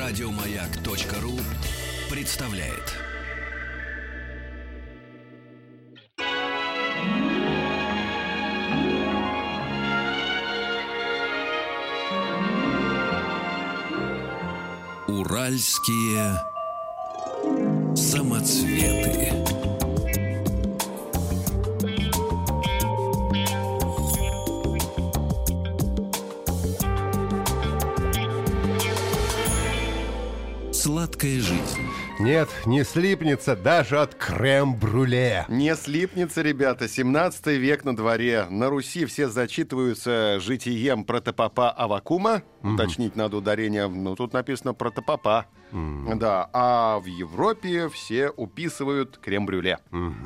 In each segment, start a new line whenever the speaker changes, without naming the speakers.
Радиомаяк.ру представляет. Уральские самоцветы. Сладкая жизнь.
Нет, не слипнется даже от крем-брюле.
Не слипнется, ребята. 17 век на дворе. На Руси все зачитываются житием протопопа Аввакума. Уточнить надо ударение. Ну, тут написано протопопа. Да. А в Европе все уписывают крем-брюле.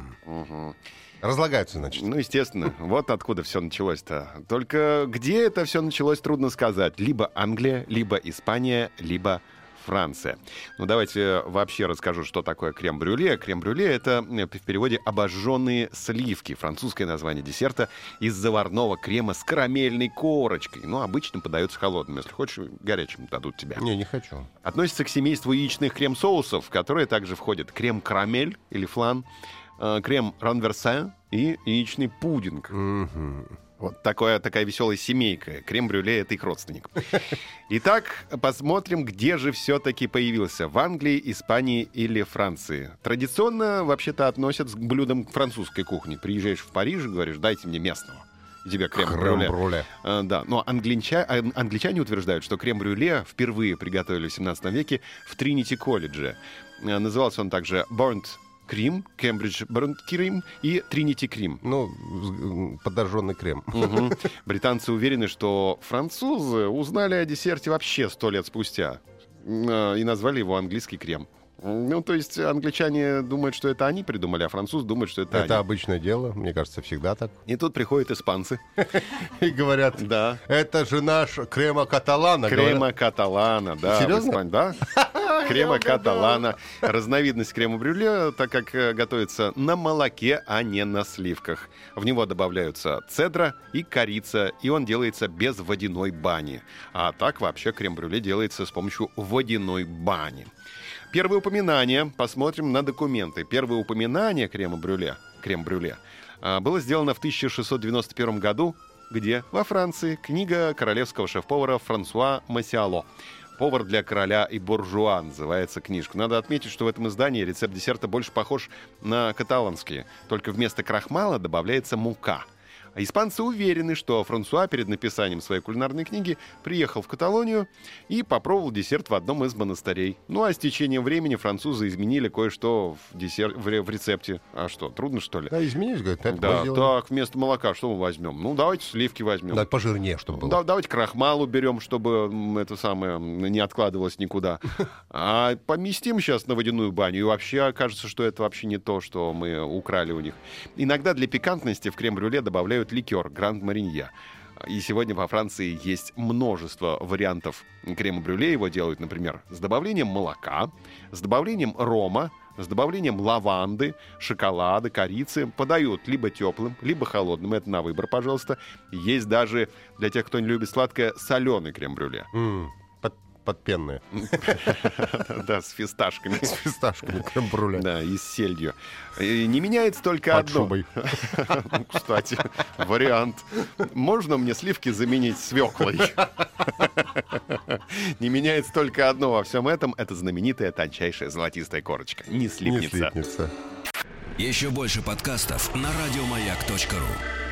Разлагаются, значит.
Ну, естественно. Вот откуда все началось-то. Только где это все началось, трудно сказать. Либо Англия, либо Испания, либо Франция. Ну, давайте вообще расскажу, что такое крем-брюле. Крем-брюле — это в переводе обожженные сливки. Французское название десерта из заварного крема с карамельной корочкой. Ну, обычно подается холодным. Если хочешь, горячим дадут тебе.
Не хочу.
Относится к семейству яичных крем-соусов, в которые также входят крем-карамель или флан, крем ранверсен и яичный пудинг. Вот такая веселая семейка. Крем-брюле — это их родственник. Итак, посмотрим, где же все-таки появился. В Англии, Испании или Франции. Традиционно, вообще-то, относят к блюдам французской кухни. Приезжаешь в Париж и говоришь: дайте мне местного. И тебе крем-брюле. Да, но англичане утверждают, что крем-брюле впервые приготовили в 17 веке в Тринити-колледже. Назывался он также Burnt Крим, Кембридж Burnt Крим и Тринити Крим.
Ну, подожженный крем.
Британцы уверены, что французы узнали о десерте вообще 100 лет спустя и назвали его английский крем. Ну, то есть англичане думают, что это они придумали, а французы думают, что это они.
Это обычное дело, мне кажется, всегда так.
И тут приходят испанцы.
И говорят:
да,
это же наш крема каталана.
Крема каталана, да.
Серьезно?
Да. Крема каталана. Разновидность крема-брюле, так как готовится на молоке, а не на сливках. В него добавляются цедра и корица, и он делается без водяной бани. А так вообще крем-брюле делается с помощью водяной бани. Первые упоминания, посмотрим на документы. Первое упоминание крем-брюле было сделано в 1691 году. Где? Во Франции. Книга королевского шеф-повара Франсуа Массиало. «Повар для короля и буржуа» называется книжка. Надо отметить, что в этом издании рецепт десерта больше похож на каталонский. Только вместо крахмала добавляется мука. А испанцы уверены, что Франсуа перед написанием своей кулинарной книги приехал в Каталонию и попробовал десерт в одном из монастырей. Ну а с течением времени французы изменили кое-что в рецепте. А что, трудно, что ли?
Да, изменились, говорят, это
да, так, вместо молока что мы возьмем? Ну, давайте сливки возьмем.
Да, пожирнее, чтобы было.
Да, давайте крахмал уберем, чтобы это самое не откладывалось никуда. А поместим сейчас на водяную баню, и вообще окажется, что это вообще не то, что мы украли у них. Иногда для пикантности в крем-брюле добавляют ликер Гранд-Маринья. И сегодня во Франции есть множество вариантов крема-брюле. Его делают, например, с добавлением молока, с добавлением рома, с добавлением лаванды, шоколада, корицы. Подают либо теплым, либо холодным. Это на выбор, пожалуйста. Есть даже, для тех, кто не любит сладкое, соленый крем-брюле.
Подпенные.
Да, с фисташками.
С фисташками крем-брюле.
Да, и с сельдью. Не меняется только одно.
Под шубой.
Кстати, вариант. Можно мне сливки заменить свеклой? Не меняется только одно во всем этом. Это знаменитая тончайшая золотистая корочка. Не слипнется.
Еще больше подкастов на радиомаяк.ру.